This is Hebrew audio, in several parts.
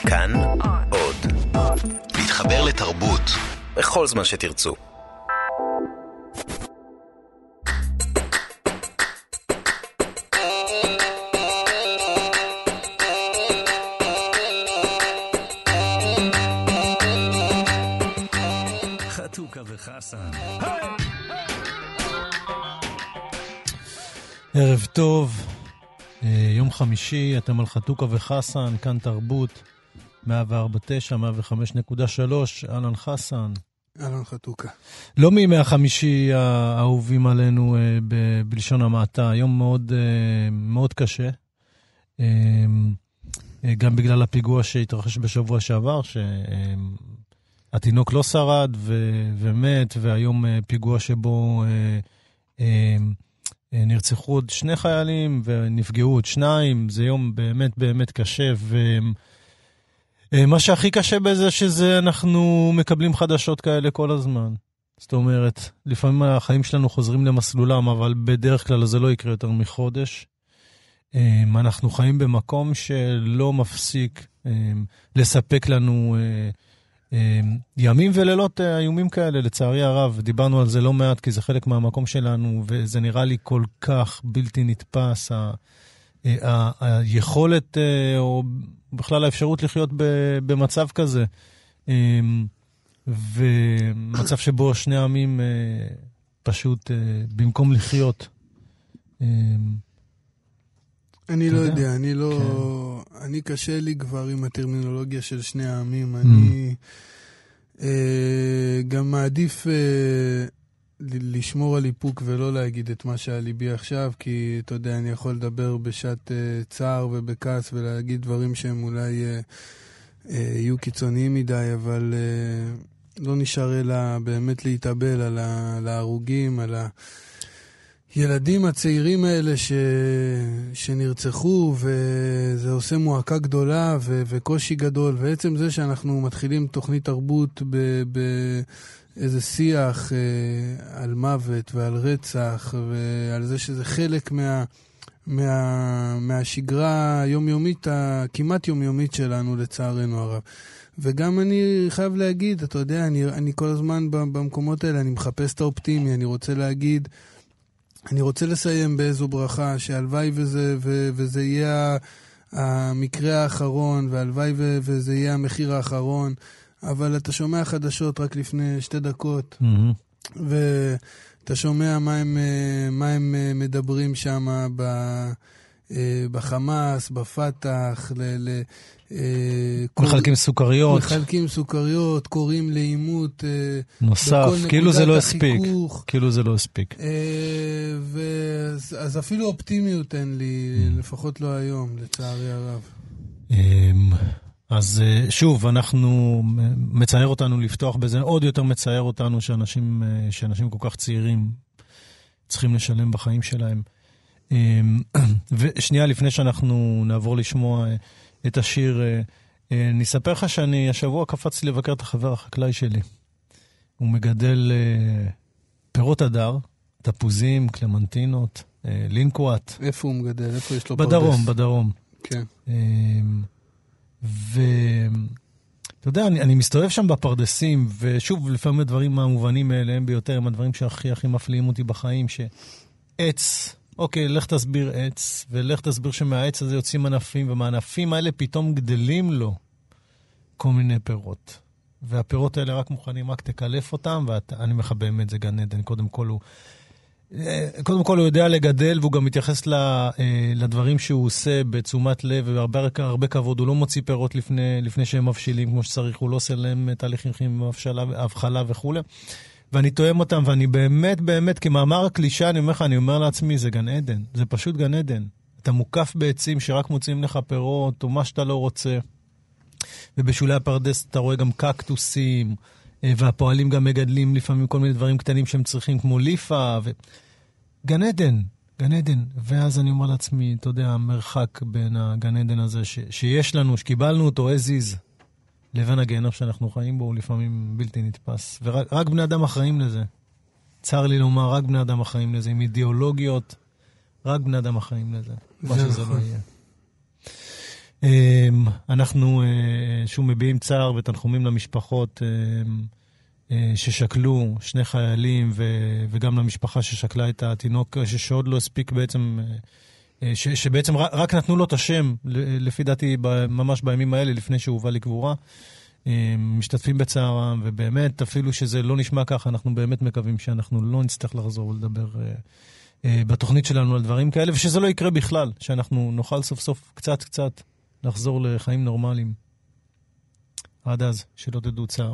כאן עוד. להתחבר לתרבות בכל זמן שתרצו. חתוכה וחסן. ערב טוב, יום חמישי, אתם על חתוכה וחסן, כאן תרבות, 104.9, 105.3, אלן חסן. אלן חתוכה. לא מימי החמישי האהובים עלינו בלשון המעטה, יום מאוד, מאוד קשה. גם בגלל הפיגוע שהתרחש בשבוע שעבר, שהתינוק לא שרד ומת, והיום פיגוע שבו נרצחו עוד 2 חיילים ונפגעו עוד 2, זה יום באמת באמת קשה, ומה שהכי קשה בזה שזה אנחנו מקבלים חדשות כאלה כל הזמן. זאת אומרת, לפעמים החיים שלנו חוזרים למסלולם, אבל בדרך כלל זה לא יקרה יותר מחודש. אנחנו חיים במקום שלא מפסיק לספק לנו ימים ולילות איומים כאלה, לצערי הרב. דיברנו על זה לא מעט, כי זה חלק מהמקום שלנו, וזה נראה לי כל כך בלתי נתפס, היכולת, או בכלל האפשרות לחיות במצב כזה, ומצב שבו שני עמים פשוט, במקום לחיות. אני לא יודע, אני לא... אני קשה לי כבר עם הטרמינולוגיה של שני העמים. אני גם מעדיף לשמור על איפוק ולא להגיד את מה שעל ליבי עכשיו, כי אתה יודע, אני יכול לדבר בשעת צער ובכעס ולהגיד דברים שהם אולי יהיו קיצוניים מדי, אבל לא נשאר אלא באמת להתאבל על ההרוגים, על הילדים הצעירים האלה שנרצחו, וזה עושה מועקה גדולה וקושי גדול. ועצם זה שאנחנו מתחילים תוכנית תרבות באיזה שיח על מוות ועל רצח, ועל זה שזה חלק מהשגרה היומיומית, הכמעט יומיומית שלנו לצערנו הרב. וגם אני חייב להגיד, אתה יודע, אני כל הזמן במקומות האלה, אני מחפש את האופטימי, אני רוצה להגיד, אני רוצה לסיים באיזו ברכה, שהלוואי וזה יהיה המקרה האחרון, והלוואי וזה יהיה המחיר האחרון, אבל אתה שומע חדשות רק לפני 2 דקות, ואתה שומע מה הם מדברים שם בחמאס, בפתח, מחלקים סוכריות. מחלקים סוכריות, קוראים לאימות נוסף, כאילו זה לא הספיק. כאילו זה לא הספיק. אז אפילו אופטימיות אין לי, לפחות לא היום, לצערי הרב. אז שוב, אנחנו מצייר אותנו לפתוח בזה, עוד יותר מצייר אותנו שאנשים כל כך צעירים צריכים לשלם בחיים שלהם. ושנייה לפני שאנחנו נעבור לשמוע את השיר, נספר לך שאני השבוע קפצתי לבקר את החבר החקלאי שלי. הוא מגדל פירות הדר, תפוזים, קלמנטינות, לינקוואט. איפה הוא מגדל? איפה יש לו פרדס? בדרום. כן. אתה יודע, אני מסתובב שם בפרדסים, ושוב, לפעמים הדברים המובנים מאליהם ביותר, הם הדברים שהכי הכי מפליאים אותי בחיים, שעץ, אוקיי, לך תסביר עץ, ולך תסביר שמהעץ הזה יוצאים ענפים, ומהענפים האלה פתאום גדלים לו כל מיני פירות. והפירות האלה רק מוכנים, רק תקלף אותם, ואני מחבם את זה גן עדן. קודם כל הוא יודע לגדל, והוא גם מתייחס לדברים שהוא עושה בתשומת לב, והרבה כבוד. הוא לא מוציא פירות לפני שהם מבשילים כמו שצריך, הוא לא עושה להם תהליכים הבחלה וכו'. ואני תואם אותם, ואני באמת, באמת, כמאמר הקלישה, אני אומר לעצמי, זה גן עדן. זה פשוט גן עדן. אתה מוקף בעצים שרק מוצאים לך פירות, או מה שאתה לא רוצה. ובשולי הפרדס אתה רואה גם קקטוסים, והפועלים גם מגדלים לפעמים כל מיני דברים קטנים שהם צריכים, כמו ליפה, גן עדן, גן עדן. ואז אני אומר לעצמי, אתה יודע, המרחק בין הגן עדן הזה שיש לנו, שקיבלנו אותו הזיז, לבין הגיהנום שאנחנו חיים בו, הוא לפעמים בלתי נתפס. ורק בני אדם אחראים לזה. צר לי לומר, רק בני אדם אחראים לזה. עם אידיאולוגיות, רק בני אדם אחראים לזה. מה שזה לא יהיה. אנחנו שוב מביעים צער ותנחומים למשפחות ששקלו, 2 חיילים, וגם למשפחה ששקלה את התינוק, שעוד לא הספיק בעצם, שבעצם רק נתנו לו את השם, לפי דעתי ממש בימים האלה, לפני שהוא הובא לקבורה. משתתפים בצערם, ובאמת, אפילו שזה לא נשמע ככה, אנחנו באמת מקווים שאנחנו לא נצטרך לחזור ולדבר בתוכנית שלנו על דברים כאלה, ושזה לא יקרה בכלל, שאנחנו נוכל סוף סוף קצת לחזור לחיים נורמליים. עד אז, שלא תדעו צער.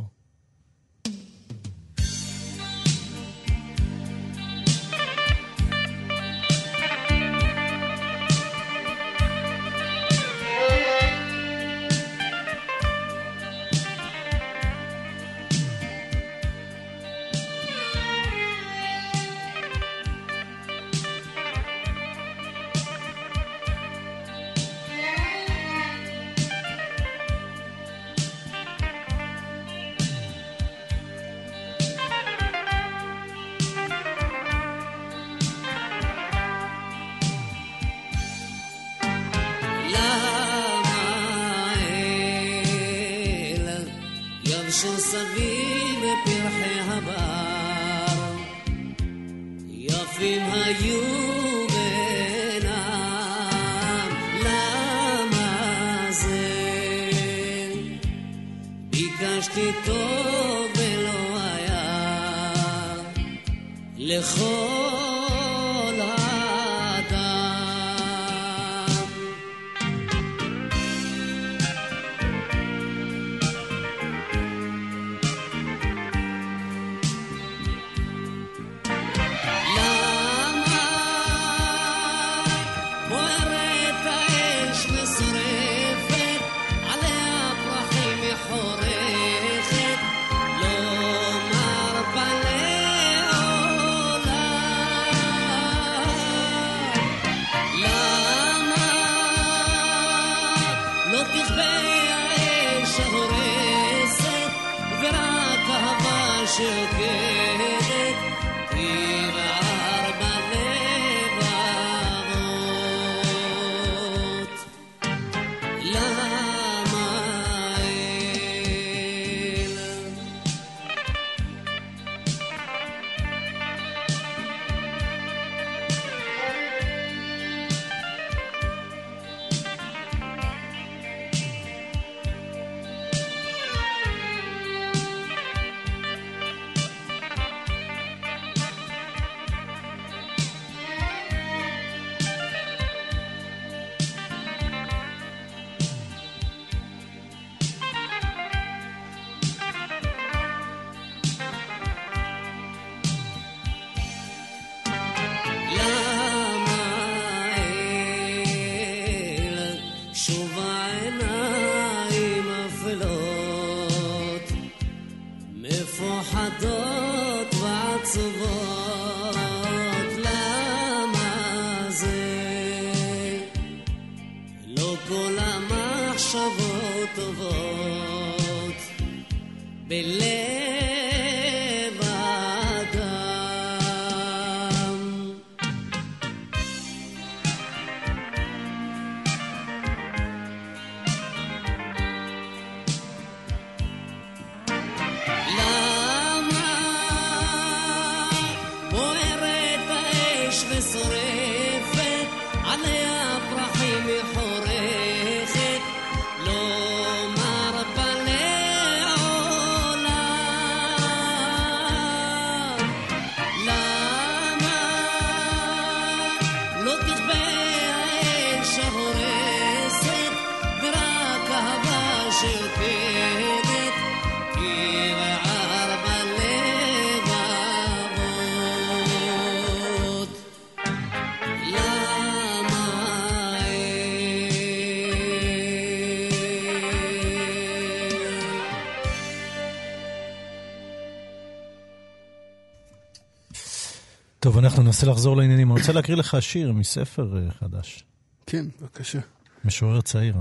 טוב, אנחנו ננסה לחזור לעניינים. אני רוצה להקריא לך שיר מספר חדש. כן, בבקשה. משורר צעיר.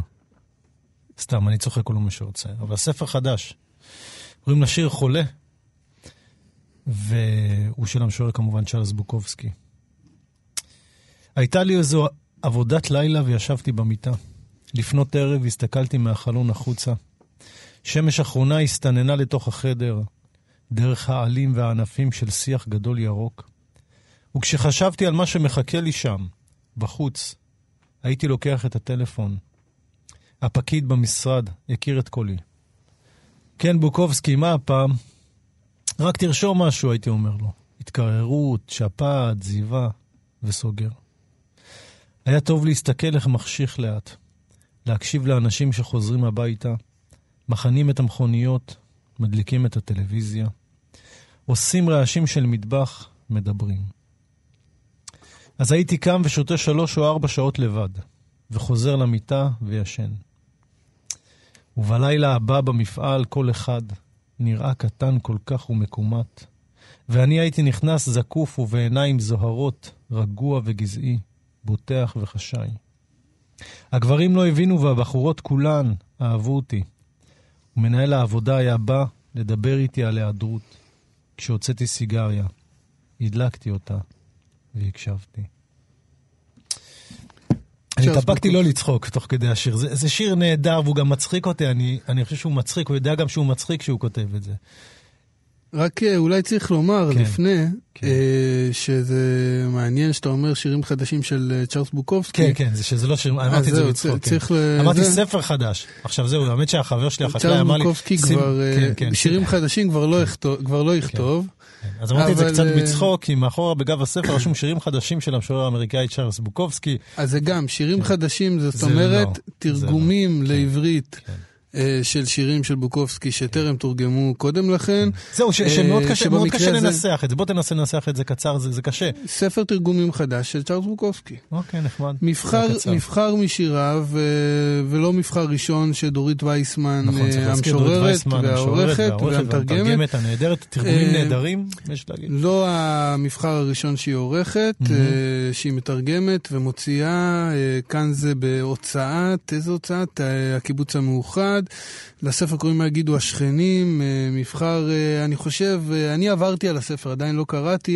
סתם, אני צוחק, הוא לא משורר צעיר. אבל ספר חדש. קוראים לשיר חולה. והוא של המשורר כמובן צ'ארלס בוקובסקי. הייתה לי איזו עבודת לילה וישבתי במיטה. לפנות ערב הסתכלתי מהחלון החוצה. שמש אחרונה הסתננה לתוך החדר, דרך העלים והענפים של שיח גדול ירוק. וכשחשבתי על מה שמחכה לי שם, בחוץ, הייתי לוקח את הטלפון. הפקיד במשרד הכיר את קולי. כן, בוקובסקי, מה הפעם? רק תרשום משהו, הייתי אומר לו. התקררות, שפעת, זיבה, וסוגר. היה טוב להסתכל איך מחשיך לאט. להקשיב לאנשים שחוזרים הביתה, מכנים את המכוניות, מדליקים את הטלוויזיה, עושים רעשים של מטבח, מדברים. אז הייתי קם ושותה 3 או 4 שעות לבד, וחוזר למיטה וישן. ובלילה הבא במפעל כל אחד נראה קטן כל כך ומקומת, ואני הייתי נכנס זקוף ובעיניים זוהרות, רגוע וגזעי, בוטח וחשאי. הגברים לא הבינו והבחורות כולן אהבו אותי. ומנהל העבודה היה בא לדבר איתי על היעדרות. כשהוצאתי סיגריה, הדלקתי אותה והקשבתי. אני התאפקתי לא לצחוק תוך כדי השיר. זה שיר נהדר והוא גם מצחיק אותי. אני חושב שהוא מצחיק, הוא יודע גם שהוא מצחיק כשהוא כותב את זה. רק אולי צריך לומר לפני, שזה מעניין שאתה אומר שירים חדשים של צ'ארלס בוקובסקי. כן, שזה לא שיר, אמרתי את זה בצחוק. אמרתי ספר חדש. עכשיו זהו, האמת שהחבר שלי החקלאי אמר לי... צ'ארלס בוקובסקי שירים חדשים כבר לא יכתוב. אז אמרתי את זה קצת בצחוק, כי מאחורה בגב הספר רשום שירים חדשים של המשורר האמריקאי צ'ארלס בוקובסקי. אז זה גם, שירים חדשים, זאת אומרת, תרגומים לעברית. של שירים של בוקובסקי שטרם תורגמו קודם לכן. זהו, שמאוד קשה לנסח את זה. בוא תנסה לנסח את זה קצר, זה קשה. ספר תרגומים חדש של צ'ארלס בוקובסקי. אוקיי, נחמד. מבחר משיריו, ולא מבחר ראשון שדורית וייסמן, המשוררת והעורכת והמתרגמת. הנהדרת, תרגומים נהדרים, יש להגיד. לא המבחר הראשון שהיא עורכת, שהיא מתרגמת ומוציאה, כאן זה בהוצאת, איזו הוצאת? הקיבוץ המאוחד. לספר קוראים מה יגידו השכנים, מבחר, אני חושב, אני עברתי על הספר, עדיין לא קראתי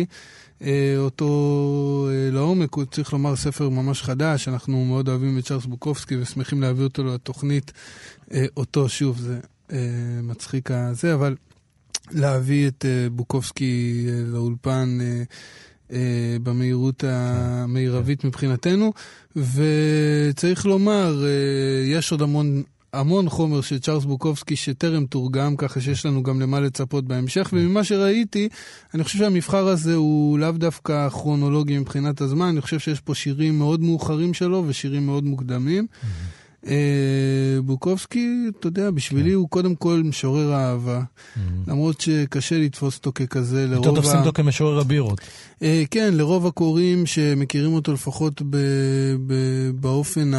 אותו לעומק, הוא צריך לומר ספר ממש חדש, אנחנו מאוד אוהבים את צ'ארלס בוקובסקי ושמחים להביא אותו לתוכנית, אותו שוב, זה מצחיק הזה, אבל להביא את בוקובסקי לאולפן במהירות המהירבית מבחינתנו, וצריך לומר, יש עוד המון חומר של צ'ארלס בוקובסקי שטרם תורגם, ככה שיש לנו גם למה לצפות בהמשך, וממה שראיתי, אני חושב שהמבחר הזה הוא לאו דווקא כרונולוגי מבחינת הזמן, אני חושב שיש פה שירים מאוד מאוחרים שלו ושירים מאוד מוקדמים. בוקובסקי, אתה יודע, בשבילי הוא קודם כל משורר האהבה, למרות שקשה לתפוס אותו ככזה. יותר תופסים אותו כמשורר הבירות. כן, לרוב הקוראים שמכירים אותו לפחות באופן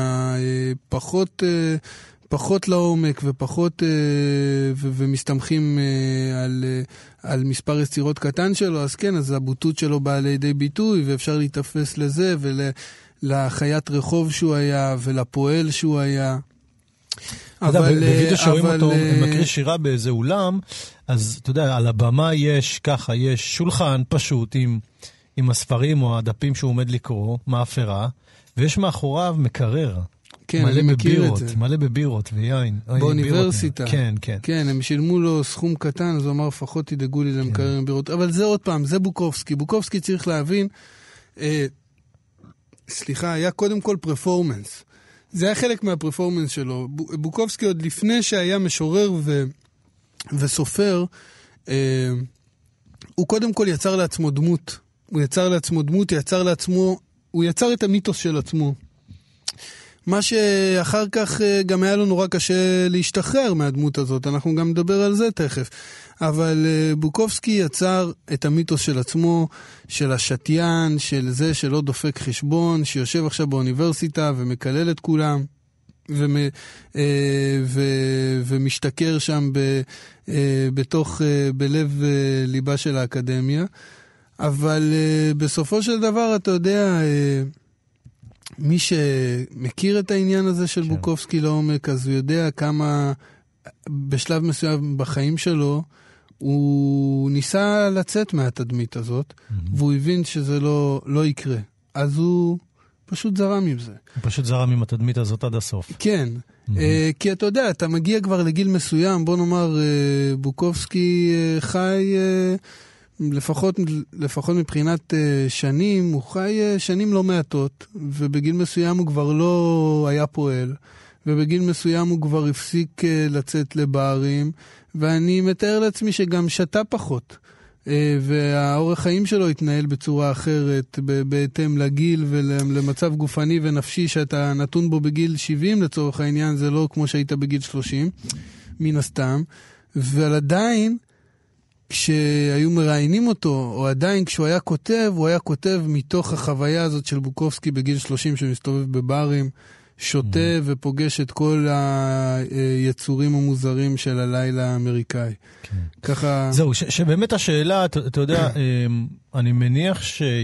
פחות לעומק ופחות ומסתמכים על מספר יצירות קטן שלו, אז כן, אז הבוטות שלו באה לידי ביטוי, ואפשר להתאפס לזה ולחיית רחוב שהוא היה ולפועל שהוא היה. בווידאו שרואים אותו, מקריא שירה באיזה אולם, אז אתה יודע, על הבמה יש ככה, יש שולחן פשוט עם הספרים או הדפים שהוא עומד לקרוא, מאפרה, ויש מאחוריו מקרר. כן, אני מכיר את זה. מלא בבירות ויין. באוניברסיטה. כן, כן. כן, הם שילמו לו סכום קטן, אז הוא אמר, לפחות תדאגו לי למקרר עם בירות. אבל זה עוד פעם, זה בוקובסקי. בוקובסקי צריך להבין, סליחה, היה קודם כל פרפורמנס. זה היה חלק מהפרפורמנס שלו. בוקובסקי עוד לפני שהיה משורר וסופר, הוא קודם כל יצר לעצמו דמות. הוא יצר לעצמו דמות, הוא יצר את המיתוס של עצמו. מה שאחר כך גם היה לו נורא קשה להשתחרר מהדמות הזאת, אנחנו גם נדבר על זה תכף. אבל בוקובסקי יצר את המיתוס של עצמו, של השתיין, של זה שלא דופק חשבון, שיושב עכשיו באוניברסיטה ומקלל את כולם, ומשתכר שם בלב ליבה של האקדמיה. אבל בסופו של דבר, אתה יודע, מי שמכיר את העניין הזה של בוקובסקי לעומק, אז הוא יודע כמה בשלב מסוים בחיים שלו, הוא ניסה לצאת מהתדמית הזאת, והוא הבין שזה לא יקרה. אז הוא פשוט זרם עם זה. פשוט זרם עם התדמית הזאת עד הסוף. כן, כי אתה יודע, אתה מגיע כבר לגיל מסוים, בוא נאמר, בוקובסקי חי, לפחות מבחינת שנים, הוא חי שנים לא מעטות, ובגיל מסוים הוא כבר לא היה פועל, ובגיל מסוים הוא כבר הפסיק לצאת לברים, ואני מתאר לעצמי שגם שתה פחות. והאורח חיים שלו התנהל בצורה אחרת, בהתאם לגיל ולמצב גופני ונפשי שאתה נתון בו בגיל 70 לצורך העניין, זה לא כמו שהיית בגיל 30, מן הסתם. אבל עדיין, כשהיו מראיינים אותו, או עדיין כשהוא היה כותב, הוא היה כותב מתוך החוויה הזאת של בוקובסקי בגיל 30 שמסתובב בברים, שותה ופוגש את כל היצורים המוזרים של הלילה האמריקאי. ככה... זהו, שבאמת השאלה, אתה יודע, אני מניח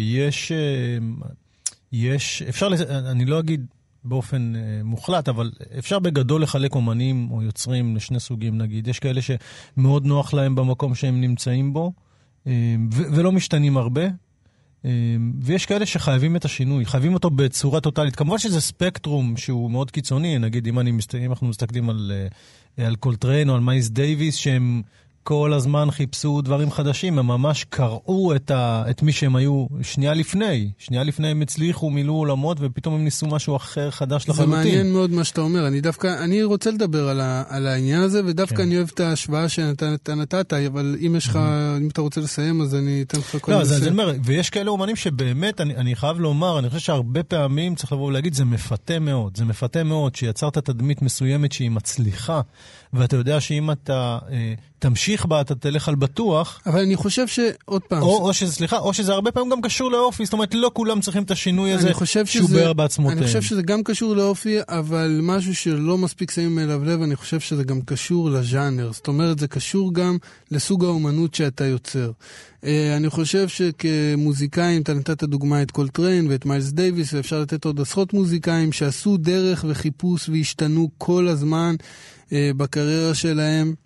שיש, אפשר, אני לא אגיד באופן מוחלט, אבל אפשר בגדול לחלק אומנים או יוצרים לשני סוגים, נגיד. יש כאלה שמאוד נוח להם במקום שהם נמצאים בו, ולא משתנים הרבה. ויש כאלה שחייבים את השינוי, חייבים אותו בצורה טוטלית. כמובן שזה ספקטרום שהוא מאוד קיצוני, נגיד אם אנחנו מסתכלים על קולטריין או על מייס דייביס, שהם כל הזמן חיפשו דברים חדשים, הם ממש קראו את מי שהם היו שנייה לפני הם הצליחו, מילאו עולמות, ופתאום הם ניסו משהו אחר חדש לחלוטין. זה מעניין מאוד מה שאתה אומר, אני רוצה לדבר על העניין הזה, ודווקא אני אוהב את ההשוואה שאתה נתת, אבל אם אתה רוצה לסיים, אז אני אתן לך כל לא, זה אומר, ויש כאלה אומנים שבאמת, אני חייב לומר, אני חושב שהרבה פעמים צריך לבוא ולהגיד, זה מפתה מאוד, שיצרת תדמית מסוימת שהיא מצליחה, ואתה יודע שאם אתה תמשיך בה, אתה תלך על בטוח. אבל אני חושב שעוד פעם... או שזה הרבה פעמים גם קשור לאופי, זאת אומרת, לא כולם צריכים את השינוי הזה שהוא בער בעצמותיהם. אני חושב שזה גם קשור לאופי, אבל משהו שלא מספיק שמים אליו לב, אני חושב שזה גם קשור לז'אנר. זאת אומרת, זה קשור גם לסוג האומנות שאתה יוצר. אני חושב שכמוזיקאים, אתה נתת דוגמה את קולטריין ואת מיילס דייביס, ואפשר לתת עוד עשרות מוזיקאים שעשו דרך וחיפוש והשתנו כל הזמן בקריירה שלהם.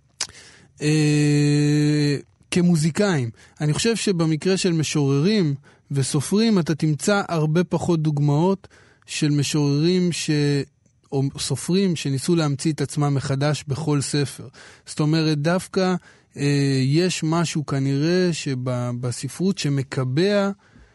כמוזיקאים. אני חושב שבמקרה של משוררים וסופרים, אתה תמצא הרבה פחות דוגמאות של משוררים או סופרים שניסו להמציא את עצמם מחדש בכל ספר. זאת אומרת, דווקא יש משהו כנראה שבספרות שמקבע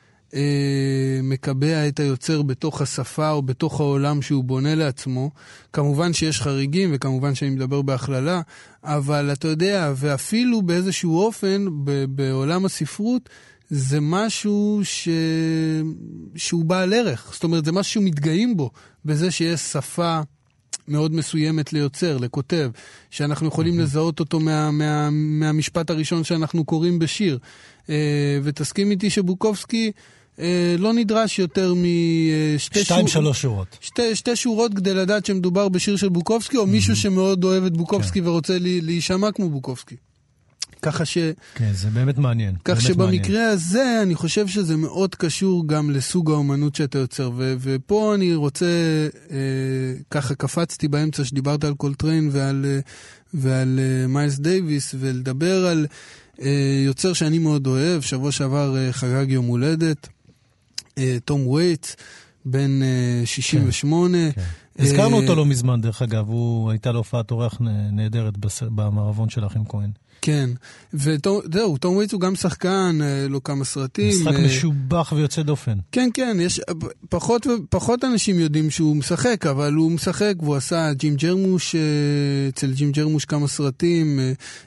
את היוצר בתוך השפה או בתוך העולם שהוא בונה לעצמו. כמובן שיש חריגים וכמובן שאני מדבר בהכללה, אבל אתה יודע, ואפילו באיזשהו אופן בעולם הספרות זה משהו שהוא בעל ערך. זאת אומרת, זה משהו שמתגאים בו, בזה שיש שפה מאוד מסוימת ליוצר, לכותב, שאנחנו יכולים לזהות אותו מהמשפט הראשון שאנחנו קוראים בשיר. ותסכים איתי שבוקובסקי לא נדרש יותר משתיים-שלוש שורות. שתי שורות כדי לדעת שמדובר בשיר של בוקובסקי, או מישהו שמאוד אוהב את בוקובסקי ורוצה להישמע כמו בוקובסקי. ככה כן, זה באמת מעניין. כך שבמקרה הזה אני חושב שזה מאוד קשור גם לסוג האומנות שאתה יוצר, ופה אני רוצה, ככה קפצתי באמצע שדיברת על קולטריין ועל מיילס דייביס, ולדבר על יוצר שאני מאוד אוהב, שבוע שעבר חגג יום הולדת, תום וייטס, בן 68. הזכרנו אותו לא מזמן, דרך אגב, הוא הייתה לו הופעת אורח נהדרת במערבון של אחים כהן. כן, וזהו, תום וייטס הוא גם שחקן, לו כמה סרטים. משחק משובח ויוצא דופן. כן, כן, יש פחות אנשים יודעים שהוא משחק, אבל הוא משחק, והוא עשה ג'ים ג'רמוש, אצל ג'ים ג'רמוש כמה סרטים,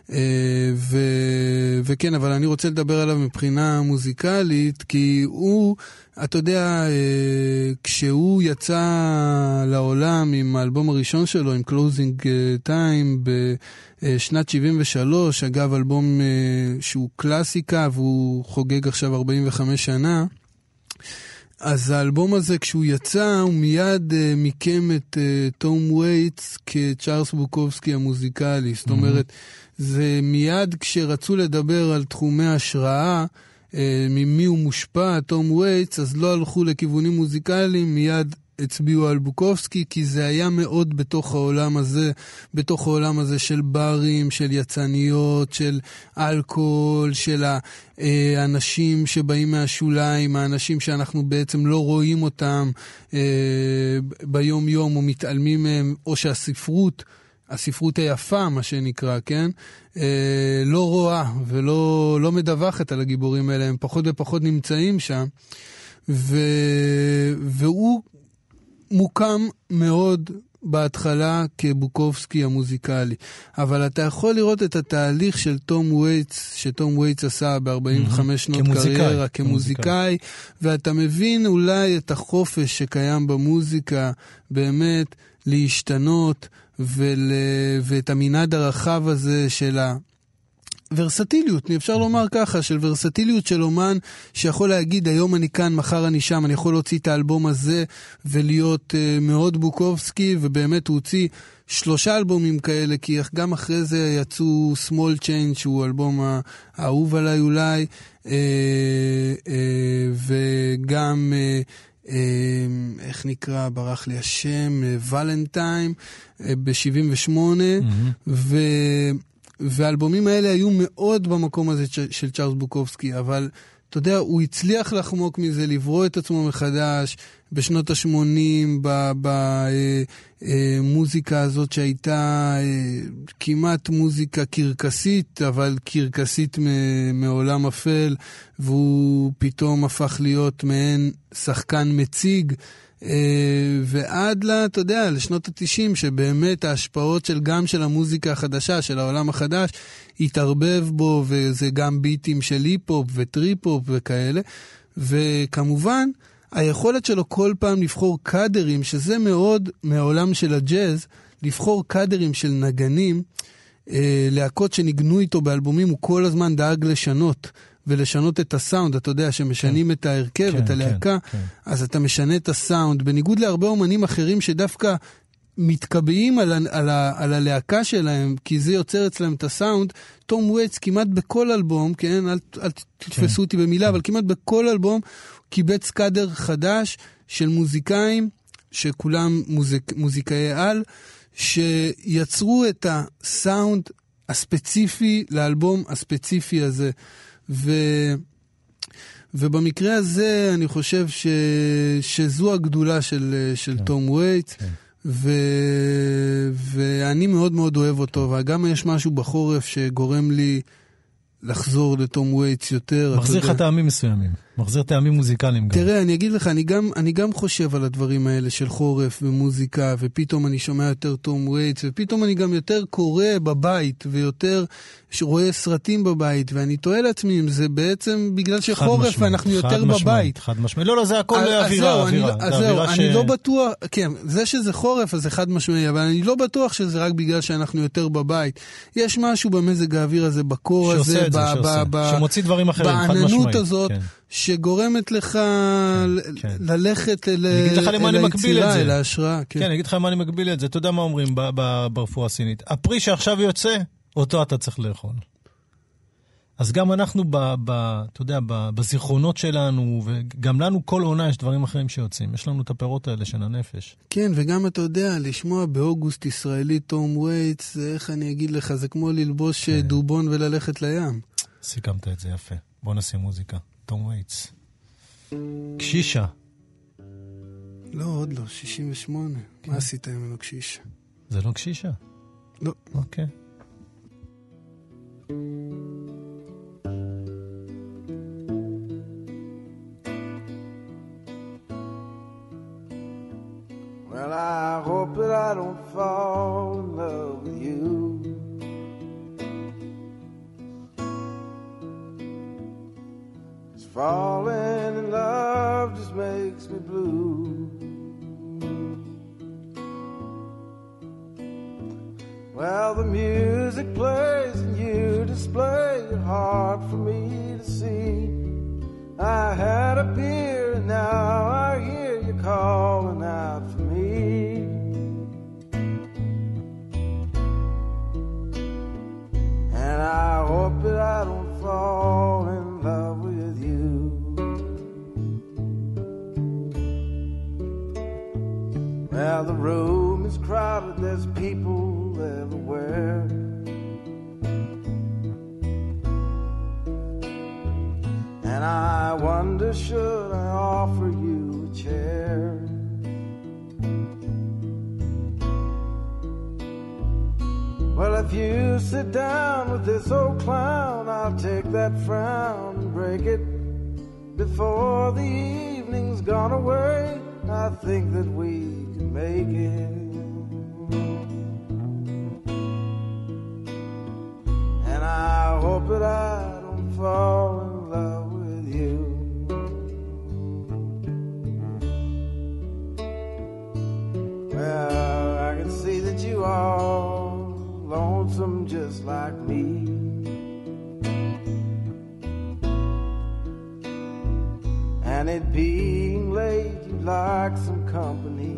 וכן, אבל אני רוצה לדבר עליו מבחינה מוזיקלית, כי הוא, אתה יודע, כשהוא יצא לעולם עם האלבום הראשון שלו, עם Closing Time, בשנת 73, אגב, אלבום שהוא קלאסיקה, והוא חוגג עכשיו 45 שנה, אז האלבום הזה, כשהוא יצא, הוא מיד מיקם את תום וייטס כצ'ארלס בוקובסקי המוזיקלי. זאת אומרת, זה מיד כשרצו לדבר על תחומי השראה, ממי הוא מושפע, תום וייטס, אז לא הלכו לכיוונים מוזיקליים, מיד הצביעו על בוקובסקי, כי זה היה מאוד בתוך העולם הזה של ברים, של יצניות, של אלכוהול, של האנשים שבאים מהשוליים, האנשים שאנחנו בעצם לא רואים אותם ביום יום או מתעלמים מהם, או הספרות היפה, מה שנקרא, כן? לא רואה ולא מדווחת על הגיבורים האלה, הם פחות ופחות נמצאים שם, והוא מוקם מאוד בהתחלה כבוקובסקי המוזיקלי, אבל אתה יכול לראות את התהליך של תום וייטס, שתום וייטס עשה ב-45 שנות קריירה כמוזיקאי, ואתה מבין אולי את החופש שקיים במוזיקה, באמת להשתנות, ואת המנעד הרחב הזה של ורסטיליות, אפשר לומר ככה, של ורסטיליות של אומן שיכול להגיד היום אני כאן, מחר אני שם, אני יכול להוציא את האלבום הזה ולהיות מאוד בוקובסקי, ובאמת הוא הוציא 3 אלבומים כאלה, כי גם אחרי זה יצאו Small Change, שהוא אלבום האהוב עליי אולי, וגם איך נקרא, ברח לי השם, ולנטיים, ב-78, והאלבומים האלה היו מאוד במקום הזה של צ'ארלס בוקובסקי, אבל אתה יודע, הוא הצליח לחמוק מזה, לברוא את עצמו מחדש בשנות ה-80, במוזיקה הזאת שהייתה כמעט מוזיקה קרקסית, אבל קרקסית מעולם אפל, והוא פתאום הפך להיות מעין שחקן מציג, ועד אתה יודע, לשנות ה-90, שבאמת ההשפעות גם של המוזיקה החדשה, של העולם החדש, התערבב בו, וזה גם ביטים של היפ-הופ וטריפ-הופ וכאלה, וכמובן, היכולת שלו כל פעם לבחור קאדרים, שזה מאוד מהעולם של הג'אז, לבחור קאדרים של נגנים, להקות שניגנו איתו באלבומים, הוא כל הזמן דאג לשנות, ולשנות את הסאונד, אתה יודע, שמשנים את ההרכב, את הלהקה, אז אתה משנה את הסאונד, בניגוד להרבה אומנים אחרים שדווקא מתקבעים על הלהקה שלהם, כי זה יוצר אצלם את הסאונד. תום וייטס כמעט בכל אלבום, כן, אל תתפסו אותי במילה, אבל כמעט בכל אלבום קיבץ קאדר חדש של מוזיקאים, שכולם מוזיקאי על, שיצרו את הסאונד הספציפי לאלבום הספציפי הזה. ובמקרה הזה אני חושב שזו הגדולה של תום וייטס, ואני מאוד מאוד אוהב אותו, וגם יש משהו בחורף שגורם לי לחזור לתום וייטס יותר. מחזיר לך טעמים מסוימים, מחזיר טעמים מוזיקליים גם. תראה, אני אגיד לך, אני גם חושב על הדברים האלה של חורף ומוזיקה, ופתאום אני שומע יותר תום וייטס, ופתאום אני גם יותר קורא בבית, ויותר רואה סרטים בבית, ואני תוהה לעצמי אם זה בעצם בגלל שחורף ואנחנו יותר בבית. חד משמעי, לא, זה הכל אווירה. זהו, אני לא בטוח, כן, זה שזה חורף, אז זה חד משמעי, אבל אני לא בטוח שזה רק בגלל שאנחנו יותר בבית. יש משהו במזג האוויר הזה, בקור הזה, שמוציא דברים אחרים, חד משמעי. בעננות הזאת, שגורמת לך ללכת אל היצירה, אל ההשראה. כן, אני אגיד לך מה אני מקביל את זה. אתה יודע מה אומרים ברפואה הסינית? הפרי שעכשיו יוצא, אותו אתה צריך לאכול. אז גם אנחנו, אתה יודע, בזיכרונות שלנו, וגם לנו כל עונה יש דברים אחרים שיוצאים. יש לנו את הפירות האלה של הנפש. כן, וגם אתה יודע, לשמוע באוגוסט ישראלי תום וייטס, איך אני אגיד לך, זה כמו ללבוש דובון וללכת לים. סיכמת את זה יפה. בוא נשים מוזיקה. תום וייטס. קשישה. לא, עוד לא, 68. מה עשית ממנו קשישה? זה לא קשישה? לא. אוקיי. Well, I hope that I don't fall in love with you. Falling in love just makes me blue. Well, the music plays and you display it hard for me to see. I had a beer and now I hear you calling out for me. And I hope that I don't fall in love with you. wonder should I offer you a chair. Well, if you sit down with this old clown, I'll take that frown and break it before the evening's gone away. I think that we can make it. And I hope that I don't fall in love with you. Well, I can see that you are lonesome just like me. And it being late, you'd like some company.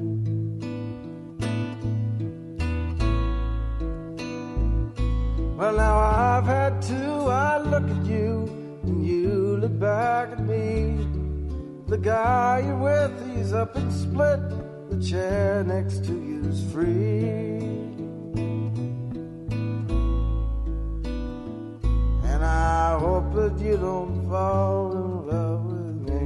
Well, now I've had two. I look at you and you look back at me. The guy you're with, he's up and split. The chair next to you's free. And I hope that you don't fall in love with me.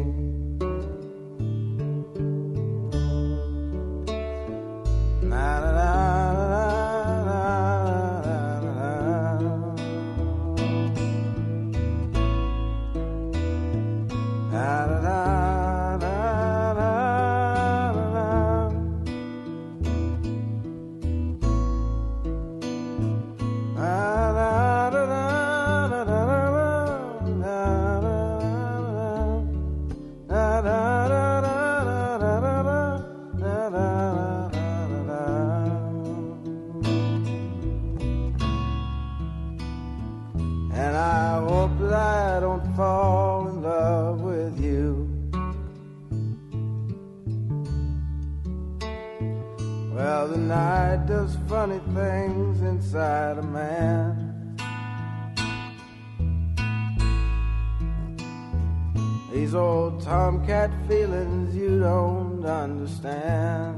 And I hope that I don't fall in love with you. Well, the night does funny things inside a man. These old tomcat feelings you don't understand.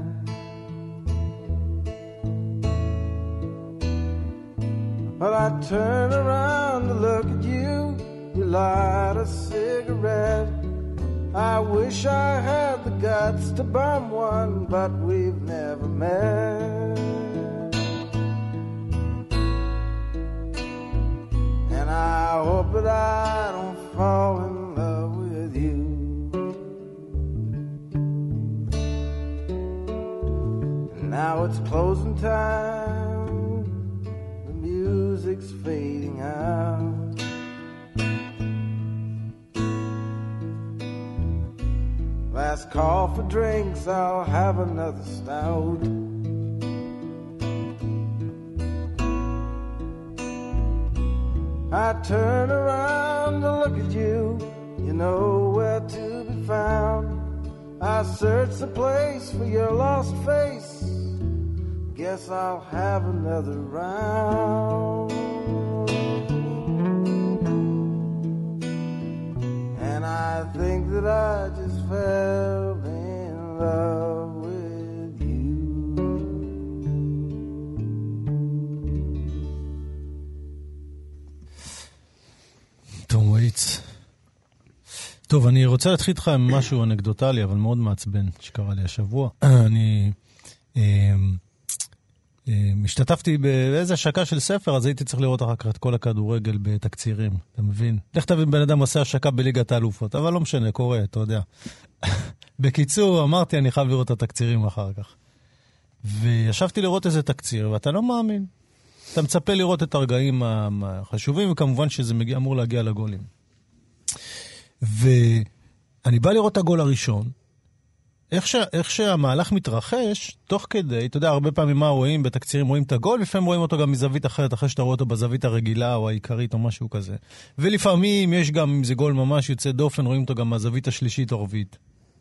Well, I turn around to look at you. You light a cigarette. I wish I had the guts to bum one, but we've never met. And I hope that I don't fall in love with you. And now it's closing time. The music's fading out. Last call for drinks, I'll have another stout. I turn around to look at you, you know where to be found. I search the place for your lost face, guess I'll have another round. And I think that I just fell in love with you. תום וייטס. טוב, אני רוצה להתחיל איתך עם משהו אנקדוטלי, אבל מאוד מעצבן שקרה לי השבוע. אני השתתפתי באיזה השקה של ספר, אז הייתי צריך לראות אחר כך את כל הכדורגל בתקצירים, אתה מבין? לך תבין, בן אדם עושה השקה בליגת האלופות, אבל לא משנה, קורה, אתה יודע. בקיצור, אמרתי, אני חייב לראות את התקצירים אחר כך. וישבתי לראות איזה תקציר, ואתה לא מאמין. אתה מצפה לראות את הרגעים החשובים, וכמובן שזה אמור להגיע לגולים. ואני בא לראות את הגול הראשון, איך שהמהלך מתרחש, תוך כדי, אתה יודע, הרבה פעמים מה רואים בתקצירים, רואים את הגול, לפעמים רואים אותו גם מזווית אחרת, אחרי שאתה רואה אותו בזווית הרגילה או העיקרית או משהו כזה. ולפעמים יש גם, אם זה גול ממש יוצא דופן, רואים אותו גם מהזווית השלישית או רביעית.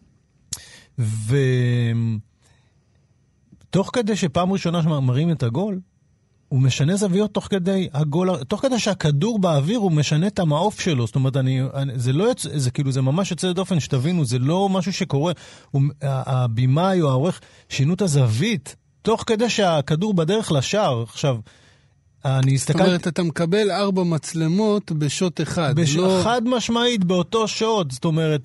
ותוך כדי שפעם ראשונה שמראים את הגול, הוא משנה זוויות תוך כדי שהכדור באוויר הוא משנה את המעוף שלו. זאת אומרת, זה לא יוצא, זה כאילו, זה ממש יוצא דופן, שתבינו, זה לא משהו שקורה. הבימאי או העורך שינו את הזווית, תוך כדי שהכדור בדרך לשער. עכשיו, אני זאת אומרת, אתה מקבל 4 מצלמות בשוט אחד. חד משמעית באותו שוט, זאת אומרת,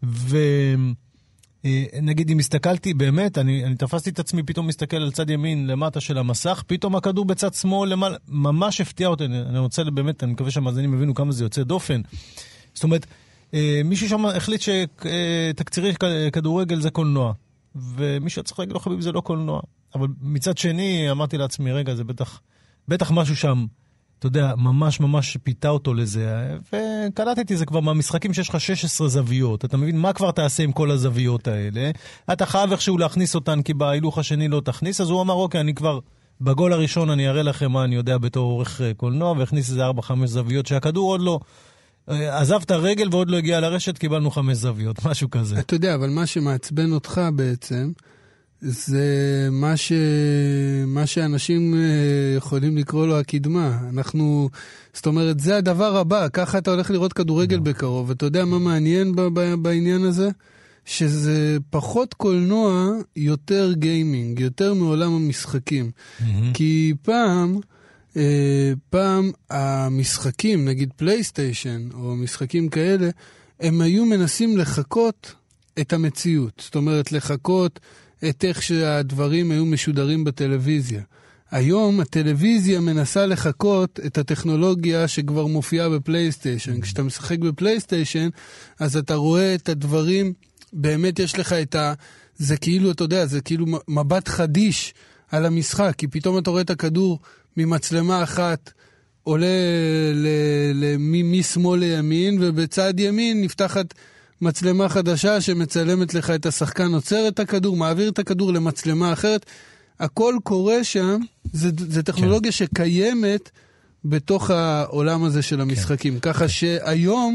נגיד אם הסתכלתי, באמת, אני תפסתי את עצמי, פתאום מסתכל על צד ימין למטה של המסך, פתאום הכדור בצד שמאל למעלה, ממש הפתיע אותי, אני רוצה באמת, אני מקווה שהמאזינים הבינו כמה זה יוצא דופן. זאת אומרת, מישהו שם החליט שתקצירי כדורגל זה קולנוע, ומישהו צריך להגיד לו, חביב, זה לא קולנוע. אבל מצד שני, אמרתי לעצמי, רגע, זה בטח משהו שם, אתה יודע, ממש ממש פיתה אותו לזה, וקלטתי זה כבר מהמשחקים שיש לך 16 זוויות, אתה מבין מה כבר תעשה עם כל הזוויות האלה, אתה חייב איכשהו להכניס אותן, כי בהילוך השני לא תכניס, אז הוא אמר, אוקיי, אני כבר בגול הראשון אני אראה לכם מה אני יודע בתור עורך קולנוע, והכניס איזה 4-5 זוויות שהכדור עוד לא עזב את הרגל ועוד לא הגיע לרשת, קיבלנו 5 זוויות, משהו כזה. אתה יודע, אבל מה שמעצבן אותך בעצם, זה מה שאנשים יכולים לקרוא לו הקדמה. זאת אומרת, זה הדבר הבא, ככה אתה הולך לראות כדורגל בקרוב, ואתה יודע מה מעניין בעניין הזה? שזה פחות קולנוע, יותר גיימינג, יותר מעולם המשחקים. כי פעם המשחקים, נגיד פלייסטיישן, או משחקים כאלה, הם היו מנסים לחכות את המציאות. זאת אומרת, לחכות את איך שהדברים היו משודרים בטלוויזיה. היום הטלוויזיה מנסה לחכות את הטכנולוגיה שכבר מופיעה בפלייסטיישן. כשאתה משחק בפלייסטיישן, אז אתה רואה את הדברים, באמת יש לך זה כאילו, אתה יודע, זה כאילו מבט חדיש על המשחק, כי פתאום אתה רואה את הכדור ממצלמה אחת, עולה משמאל לימין, ובצד ימין נפתחת מצלמה חדשה שמצלמת לך את השחקן, עוצר את הכדור, מעביר את הכדור למצלמה אחרת. הכל קורה שם, זה טכנולוגיה שקיימת בתוך העולם הזה של המשחקים. ככה שהיום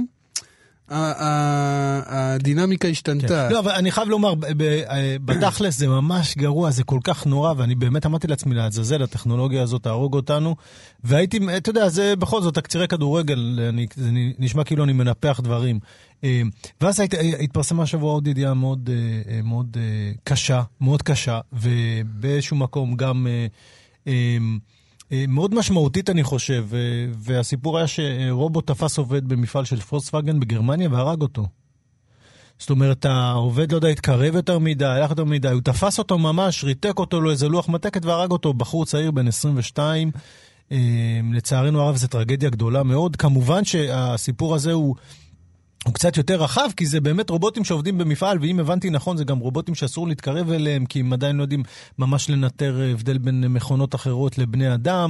הדינמיקה השתנתה. לא, אבל אני חייב לומר, בתכלס זה ממש גרוע, זה כל כך נורא, ואני באמת אמרתי לעצמי לעזאזל, הטכנולוגיה הזאת תהרוג אותנו, והייתי, אתה יודע, זה בכל זאת, תקצירי כדורגל, זה נשמע כאילו אני מנפח דברים. ואז התפרסמה השבוע עוד ידיעה מאוד קשה, ובאיזשהו מקום גם מאוד משמעותית אני חושב, והסיפור היה שרובוט תפס עובד במפעל של פולקסווגן בגרמניה והרג אותו. זאת אומרת, העובד לא יודע, התקרב יותר מדי, הלך יותר מדי, הוא תפס אותו ממש, ריתק אותו לו איזה לוח מתקת והרג אותו, בחור צעיר בן 22, לצערנו הרב זה טרגדיה גדולה מאוד. כמובן שהסיפור הזה הוא קצת יותר רחב, כי זה באמת רובוטים שעובדים במפעל, ואם הבנתי נכון, זה גם רובוטים שאסור להתקרב אליהם, כי הם עדיין לא יודעים ממש לנטר הבדל בין מכונות אחרות לבני אדם,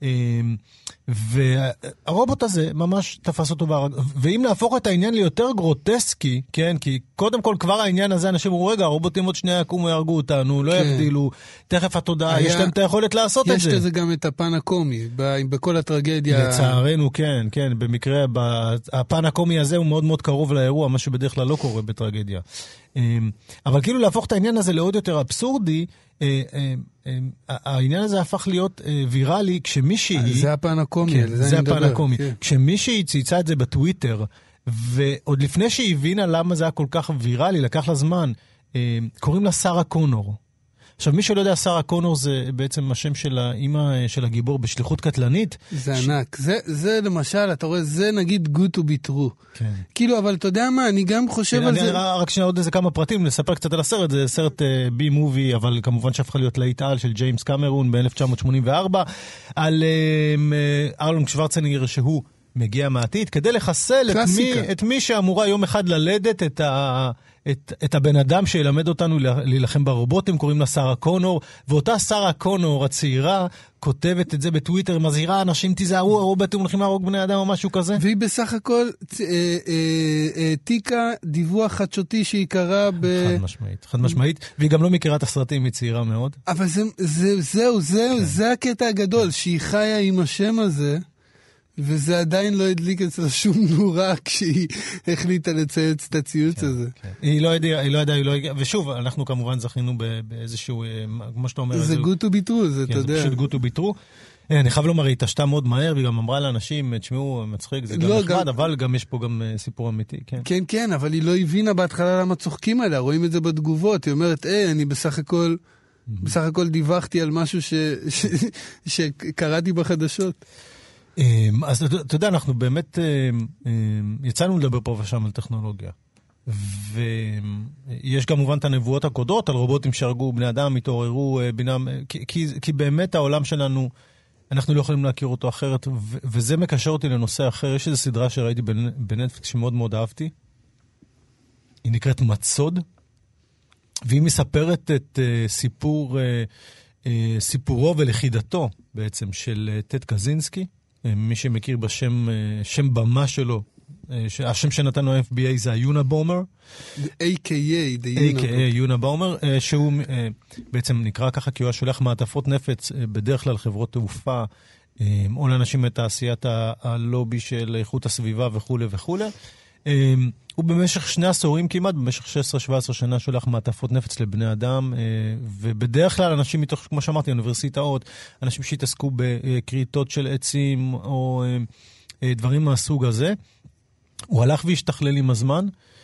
והרובוט הזה ממש תפס אותו והרג. ואם להפוך את העניין ליותר גרוטסקי, כן, כי קודם כל כבר העניין הזה, אנשים אומרים, רגע, הרובוטים עוד שנייה יקומו, יהרגו אותנו, לא יבדילו, תכף התודעה, יש להם את היכולת לעשות את זה. יש לזה גם את הפן הקומי, בכל הטרגדיה. לצערנו, כן, כן, במקרה, הפן הקומי הזה הוא מאוד מאוד קרוב לאירוע, מה שבדרך כלל לא קורה בטרגדיה. אבל כאילו להפוך את העניין הזה לעוד יותר אבסורדי, העניין הזה הפך להיות ויראלי כשמישהי... זה הפן הקומי, זה הפן הקומי. כשמישהי צייצה את זה בטוויטר, ועוד לפני שהיא הבינה למה זה היה כל כך ויראלי, לקח לה זמן, קוראים לה שרה קונור. עכשיו, מי שלא יודע, שרה קונור זה בעצם השם של האמא של הגיבור בשליחות קטלנית. זה ענק. זה למשל, אתה רואה, זה נגיד good to be true. כן. כאילו, אבל אתה יודע מה, אני גם חושב על זה... רק שנייה עוד איזה כמה פרטים, נספר קצת על הסרט, זה סרט בי מובי, אבל כמובן שהפך להיות להיט על של ג'יימס קמרון ב-1984, על ארלונג שוורצנגר שהוא מגיע מעתיד, כדי לחסל את מי שאמורה יום אחד ללדת את הבן אדם שילמד אותנו להילחם ברובוטים, קוראים לה שרה קונור, ואותה שרה קונור הצעירה כותבת את זה בטוויטר, מזהירה אנשים, תיזהרו, הרובוטים הולכים להרוג בני אדם או משהו כזה. והיא בסך הכל העתיקה דיווח חדשותי שהיא קראה חד משמעית, והיא גם לא מכירה את הסרטים, היא צעירה מאוד. אבל זה הקטע הגדול, שהיא חיה עם השם הזה, וזה עדיין לא הדליק אצלה שום נורה כשהיא החליטה לצייץ את הציוץ הזה. היא לא ידעה, ושוב, אנחנו כמובן זכינו באיזשהו, כמו שאתה אומר, זה good to be true, זה אתה יודע. זה פשוט good to be true. אני חייב לומר, היא התעשתה מאוד מהר, והיא גם אמרה לאנשים, תשמעו, מצחיק, זה גם נחמד, אבל גם יש פה גם סיפור אמיתי. כן, אבל היא לא הבינה בהתחלה למה צוחקים עליה, רואים את זה בתגובות, היא אומרת, אני בסך הכל בסך הכל דיווחתי על משהו שקראתי בחדשות. אז אתה יודע, אנחנו באמת יצאנו לדבר פה ושם על טכנולוגיה. ויש כמובן את הנבואות הקודרות על רובוטים שהרגו בני אדם, התעוררו בינם, כי באמת העולם שלנו, אנחנו לא יכולים להכיר אותו אחרת, וזה מקשר אותי לנושא אחר. יש איזו סדרה שראיתי בנטפליקס שמאוד מאוד אהבתי, היא נקראת מצוד, והיא מספרת את סיפורו ולכידתו בעצם של טד קזינסקי, מי שמכיר בשם, שם במה שלו, השם שנתנו ה-FBI זה היונבומר. A.K.A. יונבומר, שהוא בעצם נקרא ככה כי הוא שולח מעטפות נפץ בדרך כלל חברות תעופה, או לאנשים מתעשיית הלובי של איכות הסביבה וכו' וכו'. הוא במשך 2 עשורים כמעט, במשך 16-17 שנה שולח מעטפות נפץ לבני אדם, ובדרך כלל אנשים מתוך, כמו שאמרתי, אוניברסיטאות, אנשים שהתעסקו בקריטות של עצים, או דברים מהסוג הזה. הוא הלך והשתכלל עם הזמן,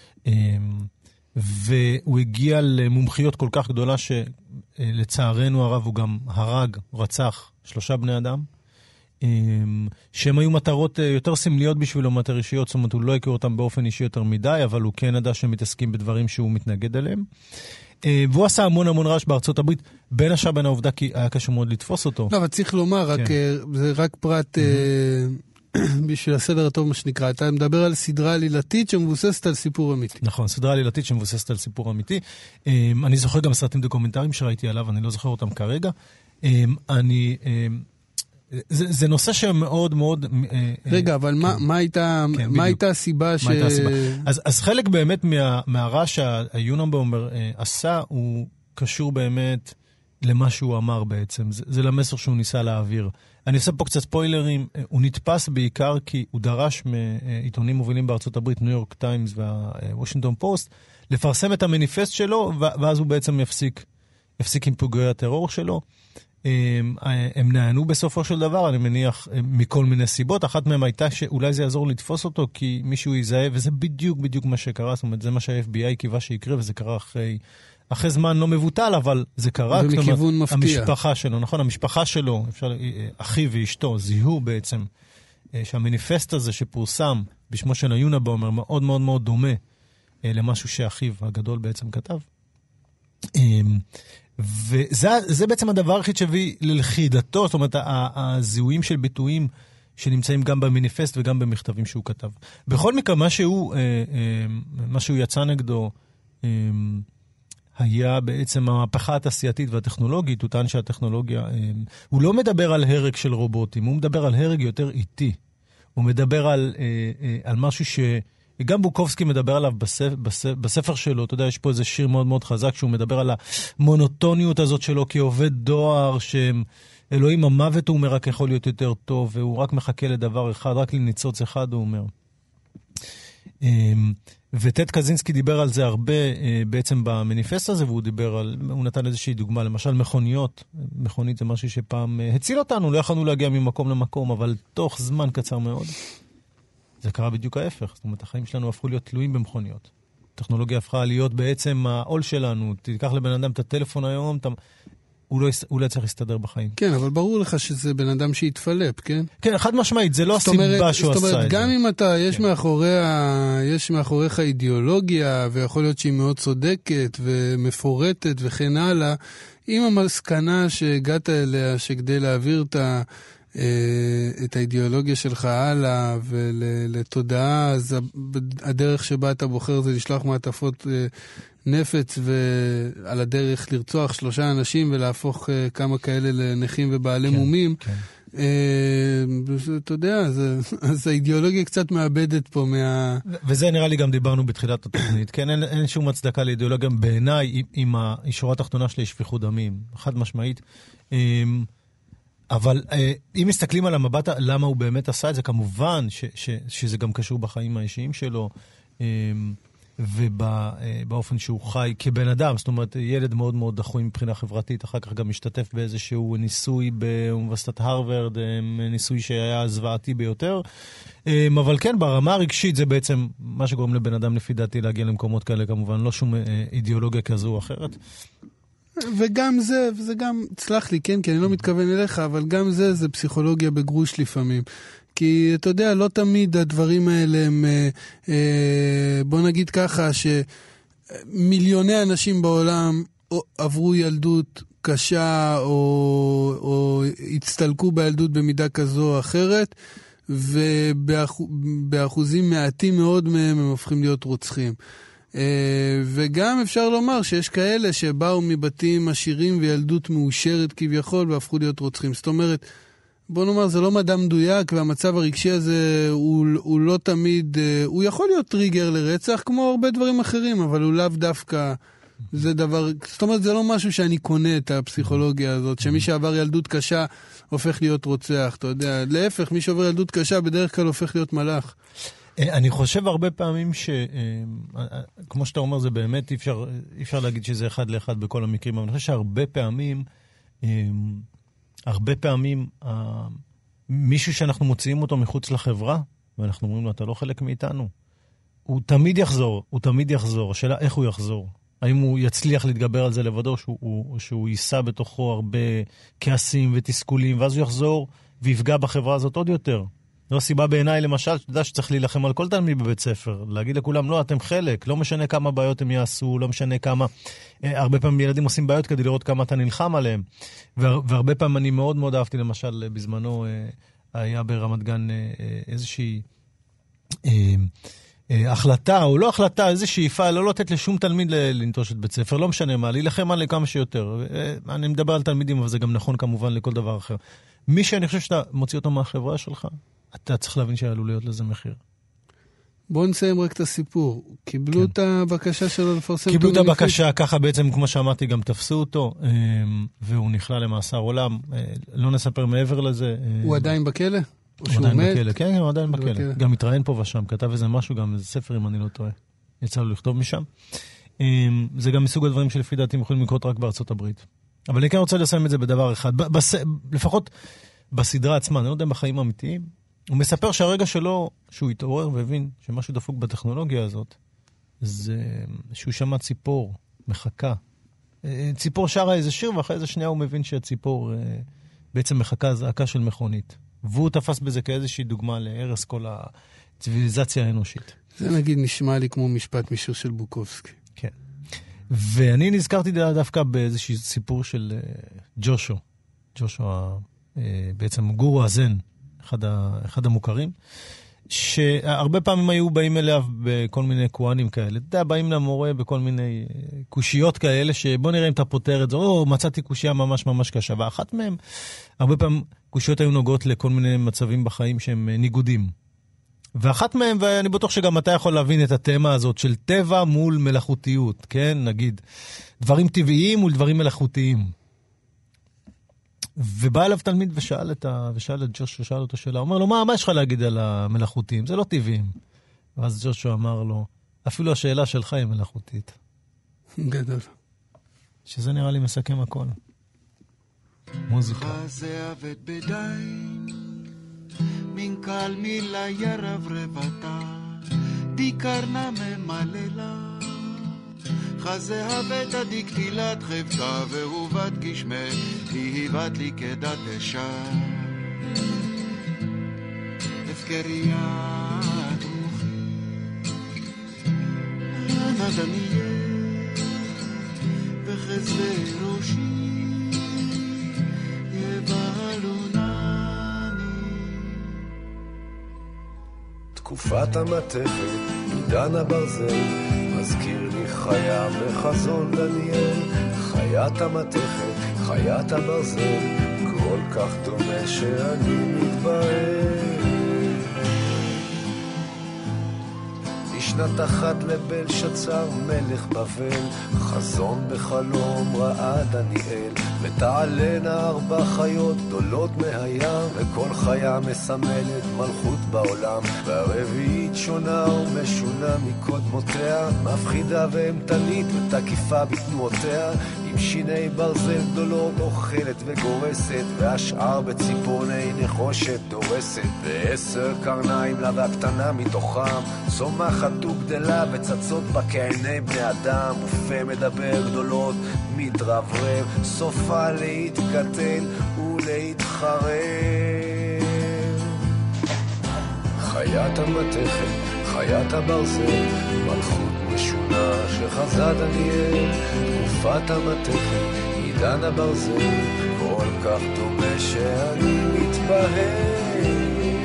והוא הגיע למומחיות כל כך גדולה, שלצערנו הרב הוא גם הרג, רצח 3 בני אדם, שהם היו מטרות יותר סמליות בשבילו מאשר אישיות, זאת אומרת, הוא לא הכיר אותם באופן אישי יותר מדי, אבל הוא כן ידע שהם מתעסקים בדברים שהוא מתנגד אליהם. והוא עשה המון רעש בארצות הברית, בין השאר בין העובדה, כי היה קשה מאוד לתפוס אותו. לא, אבל צריך לומר, זה רק פרט בשביל הסדר הטוב מה שנקרא. אתה מדבר על סדרה עלילתית שמבוססת על סיפור אמיתי. נכון, סדרה עלילתית שמבוססת על סיפור אמיתי. אני זוכר גם סרטים דוקומנטריים שראיתי עליו, אני לא זוכר אותם כרגע. זה נושא שמאוד מאוד... רגע, אבל מה הייתה הסיבה ש... אז חלק באמת מהרע שהיונבומר עשה, הוא קשור באמת למה שהוא אמר בעצם. זה למסר שהוא ניסה להעביר. אני עושה פה קצת ספוילרים. הוא נתפס בעיקר כי הוא דרש מעיתונים מובילים בארצות הברית, ניו יורק טיימס והוושינגטון פוסט, לפרסם את המניפסט שלו, ואז הוא בעצם יפסיק עם פיגועי הטרור שלו. הם נענו בסופו של דבר, אני מניח, מכל מיני סיבות. אחת מהם הייתה שאולי זה יעזור לתפוס אותו, כי מישהו יזהה, וזה בדיוק מה שקרה. זאת אומרת, זה מה שה-FBI קיווה שיקרה, וזה קרה אחרי זמן לא מבוטל, אבל זה קרה. ומכיוון מפתיע. המשפחה שלו, נכון, המשפחה שלו, אחי ואשתו, זיהו בעצם, שהמניפסט הזה שפורסם בשמו של היונבומר, מאוד מאוד מאוד דומה למשהו שאחיו הגדול בעצם כתב. וזה בעצם הדבר הכי שהביא ללכידתו, זאת אומרת, הזיהויים של ביטויים שנמצאים גם במניפסט וגם במכתבים שהוא כתב. בכל מקרה, מה שהוא יצא נגדו היה בעצם המהפכה התעשייתית והטכנולוגית. הוא טען שהטכנולוגיה, הוא לא מדבר על הרג של רובוטים, הוא מדבר על הרג יותר איטי. הוא מדבר על משהו גם בוקובסקי מדבר עליו בספר שלו. אתה יודע, יש פה איזה שיר מאוד מאוד חזק שהוא מדבר על המונוטוניות הזאת שלו כעובד דואר, שאלוהים המוות הוא אומר רק יכול להיות יותר טוב, והוא רק מחכה לדבר אחד, רק לניצוץ אחד הוא אומר. וטד קזינסקי דיבר על זה הרבה בעצם במניפסט הזה, והוא נתן איזושהי דוגמה, למשל מכוניות. מכונית זה משהו שפעם הציל אותנו, לא יכולנו להגיע ממקום למקום, אבל תוך זמן קצר מאוד. זה קרה בדיוק ההפך. זאת אומרת, החיים שלנו הפכו להיות תלויים במכוניות. הטכנולוגיה הפכה להיות בעצם העול שלנו. תיקח לבן אדם את הטלפון היום, הוא לא צריך להסתדר בחיים. כן, אבל ברור לך שזה בן אדם שהתפלפ, כן? כן, חד משמעית, זה לא הסיבה שהוא עשה את זה. זאת אומרת, גם אם יש מאחוריך אידיאולוגיה, ויכול להיות שהיא מאוד צודקת ומפורטת וכן הלאה, אם המסקנה שהגעת אליה, שכדי להעביר את האידיאולוגיה שלך הלאה ולתודעה, אז הדרך שבה אתה בוחר זה לשלוח מעטפות נפץ ועל הדרך לרצוח 3 אנשים ולהפוך כמה כאלה לנכים ובעלי מומים. אתה יודע, אז האידיאולוגיה קצת מאבדת פה וזה נראה לי גם דיברנו בתחילת התוכנית. כן, אין שום הצדקה לאידיאולוגיה בעיניי עם השורה התחתונה של שפיכות דמים. חד משמעית. אבל אם מסתכלים על המבט, למה הוא באמת עשה את זה, כמובן שזה גם קשור בחיים האישיים שלו, ובאופן שהוא חי כבן אדם. זאת אומרת, ילד מאוד מאוד דחוי מבחינה חברתית, אחר כך גם משתתף באיזשהו ניסוי באוניברסיטת הרווארד, ניסוי שהיה זוועתי ביותר. אבל כן, ברמה הרגשית זה בעצם מה שגורם לבן אדם לפי דעתי להגיע למקומות כאלה, כמובן, לא שום אידיאולוגיה כזו או אחרת. וגם זה, וזה גם, תסלח לי, כן, כי אני לא מתכוון אליך, אבל גם זה פסיכולוגיה בגרוש לפעמים. כי אתה יודע, לא תמיד הדברים האלה הם, בוא נגיד ככה, שמיליוני אנשים בעולם עברו ילדות קשה, או הצטלקו בילדות במידה כזו או אחרת, ובאחוזים מעטים מאוד מהם הם הופכים להיות רוצחים. וגם אפשר לומר שיש כאלה שבאו מבתים עשירים וילדות מאושרת כביכול והפכו להיות רוצחים. זאת אומרת, בוא נאמר, זה לא מדע מדויק, והמצב הרגשי הזה הוא לא תמיד, הוא יכול להיות טריגר לרצח כמו הרבה דברים אחרים, אבל הוא לאו דווקא, זה דבר, זאת אומרת, זה לא משהו שאני קונה את הפסיכולוגיה הזאת, שמי שעבר ילדות קשה הופך להיות רוצח, אתה יודע, להפך, מי שעובר ילדות קשה בדרך כלל הופך להיות מלאך. אני חושב הרבה פעמים כמו שאתה אומר, זה באמת אי אפשר להגיד שזה אחד לאחד בכל המקרים, אבל אני חושב שהרבה פעמים מישהו שאנחנו מוציאים אותו מחוץ לחברה, ואנחנו אומרים לו, אתה לא חלק מאיתנו, הוא תמיד יחזור, השאלה איך הוא יחזור. האם הוא יצליח להתגבר על זה לבדו, שהוא יישא בתוכו הרבה כעסים ותסכולים, ואז הוא יחזור ויפגע בחברה הזאת עוד יותר. זו הסיבה בעיניי, למשל, שאתה יודע שצריך להילחם על כל תלמיד בבית ספר, להגיד לכולם, לא, אתם חלק, לא משנה כמה בעיות הם יעשו, לא משנה כמה, הרבה פעמים ילדים עושים בעיות כדי לראות כמה אתה נלחם עליהם, והרבה פעמים אני מאוד מאוד אהבתי, למשל, בזמנו היה ברמת גן איזושהי החלטה, או לא החלטה, איזו שאיפה, לא לתת לשום תלמיד לנטוש את בית ספר, לא משנה מה, להילחם עלי כמה שיותר. אני מדבר על תלמידים, אבל זה גם נכון כמובן לכל דבר אחר. מי שאני חושב שאתה מוציא אותו מהחברה שלך, אתה צריך להבין שעלול להיות לזה מחיר. בואו נסיים רק את הסיפור. קיבלו את הבקשה שלו לפרסם? קיבלו את הבקשה, ככה בעצם, כמו שאמרתי, גם תפסו אותו, והוא נכלל למאסר עולם. לא נספר מעבר לזה. הוא עדיין בכלא? הוא עדיין בכלא, כן, הוא עדיין בכלא. גם מתראיין פה ושם, כתב איזה משהו, גם איזה ספר, אם אני לא טועה. יצא לו לכתוב משם. זה גם מסוג הדברים שלפי דעתי יכולים לקרות רק בארצות הברית. אבל אני כן רוצה לסיים את זה בדבר אחד. לפחות בסדרה עצמה, אני לא יודע, בחיים האמיתיים, הוא מספר שהרגע שלו, שהוא התעורר והבין שמשהו דפוק בטכנולוגיה הזאת, זה שהוא שמע ציפור מחכה. ציפור שרה איזה שיר, ואחרי איזה שנייה הוא מבין שהציפור בעצם מחכה זעקה של מכונית. והוא תפס בזה כאיזושהי דוגמה להרס כל הציביליזציה האנושית. זה נגיד נשמע לי כמו משפט משיר של בוקובסקי. כן. ואני נזכרתי דווקא באיזשהו סיפור של ג'ושו. ג'ושו, בעצם גורו הזן, אחד המוכרים, שהרבה פעמים היו באים אליו בכל מיני קואנים כאלה. אתה יודע, באים למורה בכל מיני קושיות כאלה, שבוא נראה אם אתה פותר את זה, או מצאתי קושיה ממש ממש קשה. ואחת מהם, הרבה פעמים קושיות היו נוגעות לכל מיני מצבים בחיים שהם ניגודים. ואחת מהם, ואני בטוח שגם אתה יכול להבין את התמה הזאת של טבע מול מלאכותיות, כן? נגיד, דברים טבעיים מול דברים מלאכותיים. ובא אליו תלמיד ושאל את ג'ושו, שאל אותו שאלה, אומר לו, מה יש לך להגיד על המלאכותיים? זה לא טבעיים. ואז ג'ושו אמר לו, אפילו השאלה שלך היא מלאכותית. גדול. שזה נראה לי מסכם הכל. מוזיקה. חזה עבד בדיים, מן קל מילה ירב רבתה, דיקרנה ממללה. חזה הבית הדקטילת חבטה והובת גשמה היא בת לי כדת אשה הפקריית רוחי נדניה וחזבי ראשי יבלונני. תקופת המתכת עידן הברזל מזכיר לי חיה בחזון דניאל, חיית המתכת, חיית הברזל, כל כך דומה שאני מתבהל. בשנת אחת לבלשצר מלך בבל, חזון בחלום ראה דניאל, ותעלנה 4 חיות גדולות מהים, וכל חיה מסמלת מלכות בעולם, והרביעית שונה ומשונה מקודמותיה, מפחידה ואימתנית ותקיפה בתנועותיה, עם שיני ברזל גדולות אוכלת וגורסת, והשאר בציפורני נחושת דורסת, ו10 קרניים לה והקטנה מתוכם, צומחת וגדלה וצצות בה כעיני בני אדם, ופה מדבר גדולות מתרברב, סופה להתקטל ולהתחרב. חיית המתכת, חיית הברזל, מלכות משונה שחזה דניאל, תקופת המתכת, עידן הברזל, כל כך דומה שאני מתבהל.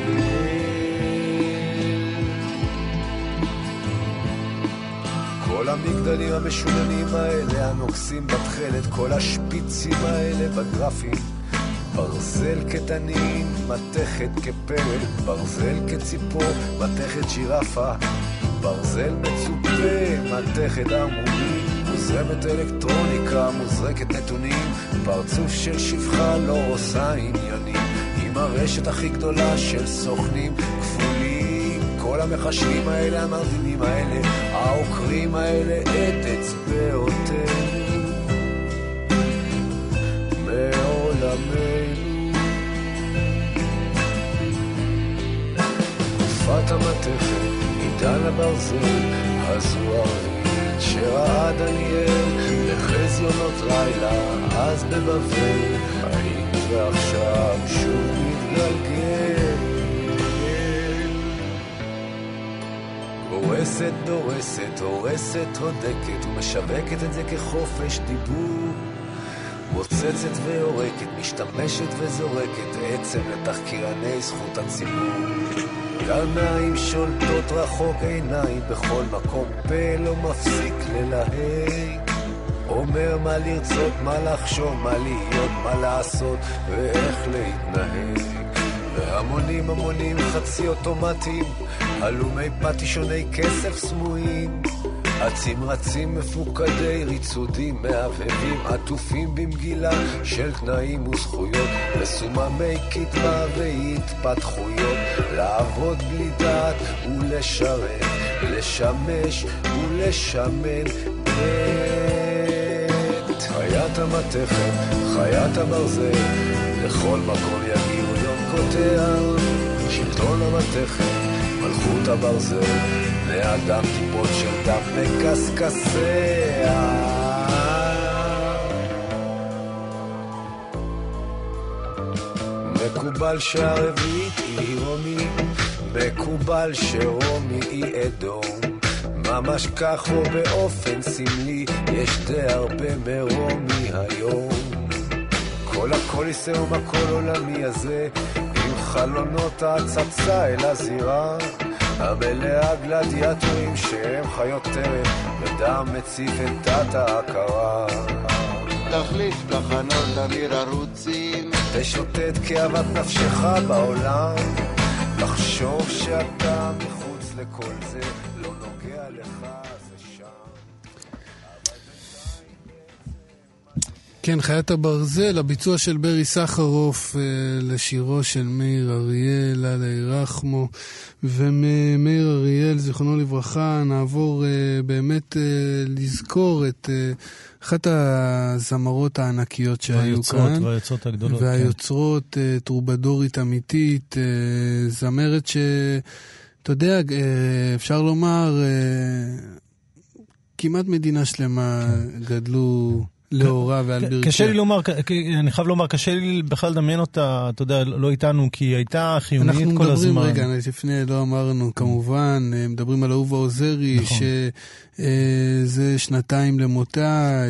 כל המגדלים המשוננים האלה, הנוקסים בתחלת, כל השפיצים האלה בגרפים, ברזל כתנין, מתכת כפרק, ברזל כציפור, מתכת שירפה, ברזל מצופה, מתכת עמודי, מוזרמת אלקטרוניקה, מוזרקת נתונים, פרצוף של שפחה לא עושה עניינים, עם הרשת הכי גדולה של סוכנים כפולים, כל המחשבים האלה, המרדימים האלה, העוקרים האלה, את אצבעותינו מעולמנו. תקופת המתכת, עידן הברזל, הזוהרית שראה דניאל, לחזיונות לילה, אז בבבל, האם ועכשיו שוב מתגלגל. הורסת, דורסת, הורסת, הודקת, ומשווקת את זה כחופש דיבור. מוצצת והורקת, משתמשת וזורקת, עצם לתחקירני זכות הציבור. קרניים שולטות רחוק עיניים, בכל מקום פה לא מפסיק ללהג. אומר מה לרצות, מה לחשוב, מה להיות, מה לעשות, ואיך להתנהג. והמונים המונים חצי אוטומטיים, הלומי פטישוני כסף סמויים, עצים רצים מפוקדי ריצודים מהבהבים, עטופים במגילה של תנאים וזכויות, מסוממי קדמה והתפתחויות, לעבוד בלי דעת ולשרת, לשמש ולשמן את חיית המתכת, חיית הברזל, לכל מקום יגיעו יונקותיה, שלטון המתכת, מלכות הברזל, לאדם טיפות של דם מקסקסיה. מקובל שהרביעית היא רומי, מקובל שרומי היא אדום, ממש כך או באופן סמלי, יש די הרבה מרומי היום. כל הקוליסאום הכל עולמי הזה, עם חלונות ההצצה אל הזירה, המלאה גלדיאטורים שהם חיות טרף, ודם מציף את דת ההכרה. תחליף תחנות אוויר ערוצים, תשוטט כאוות נפשך בעולם, לחשוב שאתה מחוץ לכל זה, לא נוגע לך זה שם. כן, חיית הברזל, הביצוע של ברי סחרוף לשירו של מאיר אריאל, אללה ירחמו. ומאיר אריאל, זיכרונו לברכה, נעבור באמת לזכור את אחת הזמרות הענקיות שהיו כאן. והיוצרות הגדולות. והיוצרות, טרובדורית אמיתית, זמרת אתה יודע, אפשר לומר, כמעט מדינה שלמה גדלו לאורה ועל ברכיה. קשה לי לומר, אני חייב לומר, קשה לי בכלל לדמיין אותה, אתה יודע, לא איתנו, כי היא הייתה חיונית כל הזמן. אנחנו מדברים, רגע, לפני לא אמרנו, כמובן, מדברים על אהובה עוזרי, שזה 2 למותה,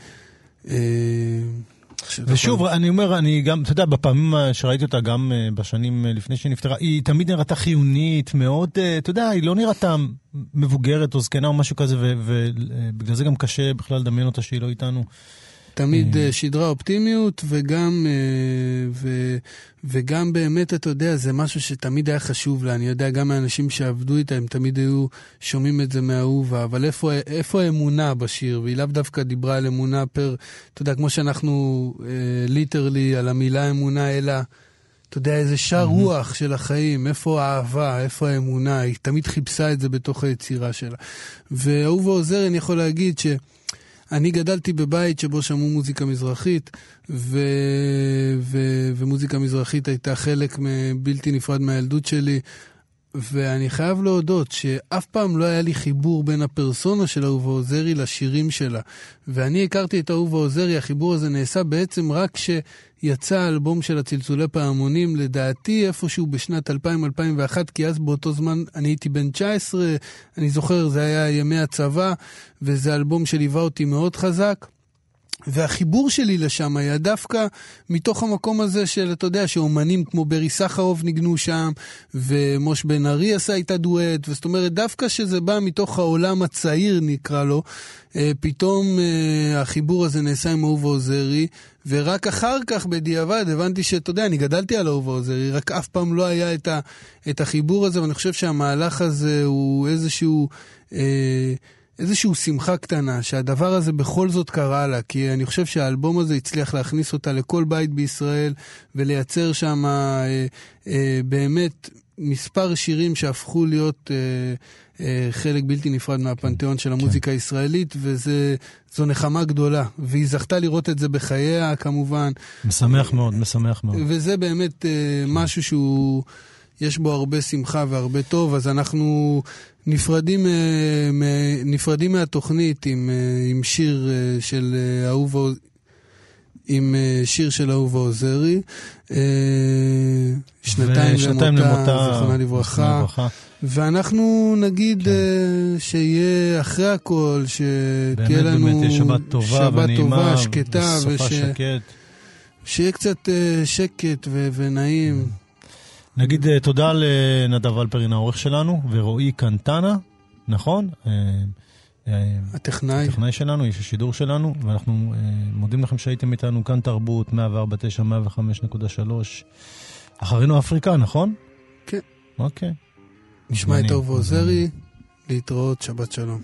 ושוב, אני אומר, אני גם, אתה יודע, בפעמים שראיתי אותה, גם בשנים לפני שנפטרה, היא תמיד נראתה חיונית מאוד, אתה יודע, היא לא נראתה מבוגרת או זקנה או משהו כזה, ובגלל זה גם קשה בכלל לדמיין אותה שהיא לא איתנו. תמיד שידרה אופטימיות, וגם באמת, אתה יודע, זה משהו שתמיד היה חשוב לה. אני יודע, גם האנשים שעבדו איתה, הם תמיד היו שומעים את זה מהאהובה, אבל איפה האמונה בשיר? והיא לאו דווקא דיברה על אמונה אתה יודע, כמו שאנחנו ליטרלי על המילה אמונה, אלא, אתה יודע, איזה שר רוח של החיים, איפה האהבה, איפה האמונה, היא תמיד חיפשה את זה בתוך היצירה שלה. ואהובה עוזרי, אני יכול להגיד אני גדלתי בבית שבו שמעו מוזיקה מזרחית, ומוזיקה מזרחית הייתה חלק בלתי נפרד מהילדות שלי, ואני חייב להודות שאף פעם לא היה לי חיבור בין הפרסונה של אהובה עוזרי לשירים שלה. ואני הכרתי את אהובה עוזרי, החיבור הזה נעשה בעצם רק כשיצא האלבום של הצלצולי פעמונים, לדעתי איפשהו בשנת 2000-2001, כי אז באותו זמן אני הייתי בן 19, אני זוכר, זה היה ימי הצבא, וזה אלבום שליווה אותי מאוד חזק. והחיבור שלי לשם היה דווקא מתוך המקום הזה של, אתה יודע, שאומנים כמו ברי סחרוף ניגנו שם, ומוש בן ארי עשה איתה דואט, זאת אומרת, דווקא שזה בא מתוך העולם הצעיר, נקרא לו, פתאום החיבור הזה נעשה עם אהובה עוזרי, ורק אחר כך בדיעבד הבנתי שאתה יודע, אני גדלתי על אהובה עוזרי, רק אף פעם לא היה את החיבור הזה, ואני חושב שהמהלך הזה הוא איזשהו שמחה קטנה, שהדבר הזה בכל זאת קרה לה, כי אני חושב שהאלבום הזה הצליח להכניס אותה לכל בית בישראל, ולייצר שם באמת מספר שירים שהפכו להיות חלק בלתי נפרד מהפנתיאון של המוזיקה הישראלית, וזו נחמה גדולה, והיא זכתה לראות את זה בחייה כמובן. משמח מאוד, משמח מאוד. וזה באמת משהו שהוא, יש בו הרבה שמחה והרבה טוב, אז אנחנו נפרדים מהתוכנית עם שיר של אהובה עוזרי, שנתיים למותה, זכרונה לברכה, ואנחנו נגיד שיהיה אחרי הכל, שתהיה לנו שבת טובה, שקטה, שיהיה קצת שקט ונעים. נגיד תודה לנדב אלפרין העורך שלנו, ורועי קנטנה, נכון? הטכנאי שלנו, איש השידור שלנו, ואנחנו מודים לכם שהייתם איתנו כאן תרבות, 104.9, 105.3. אחרינו אפריקה, נכון? כן. אוקיי. נשמע את אהובה עוזרי, להתראות, שבת שלום.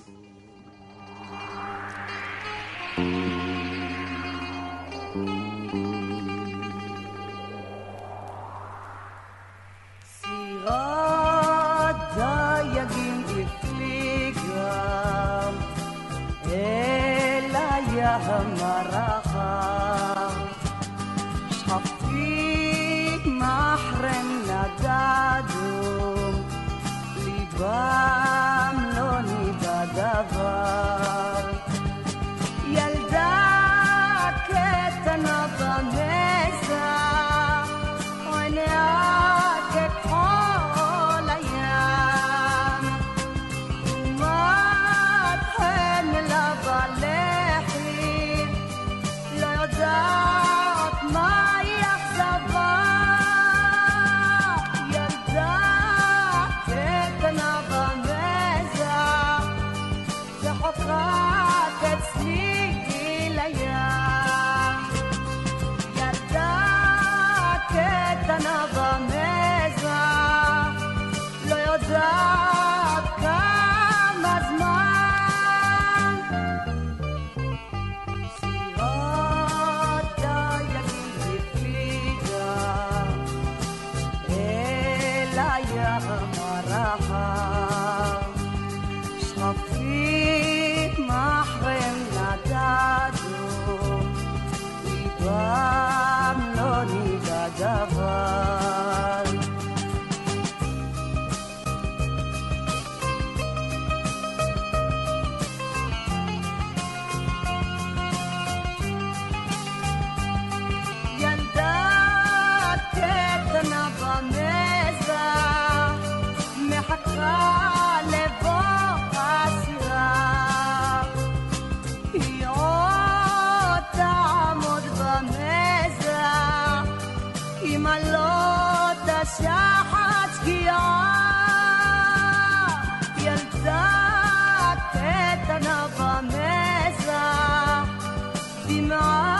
ילדה קטנה במזח, דמעה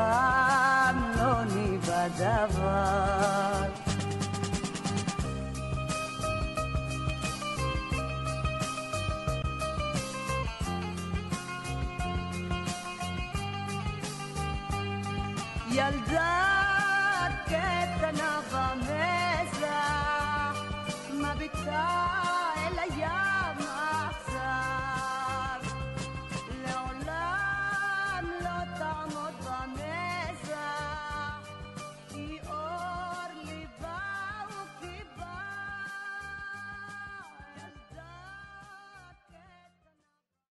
פעם לא ניבא דבר. ילדה קטנה במזח מביטה אל הים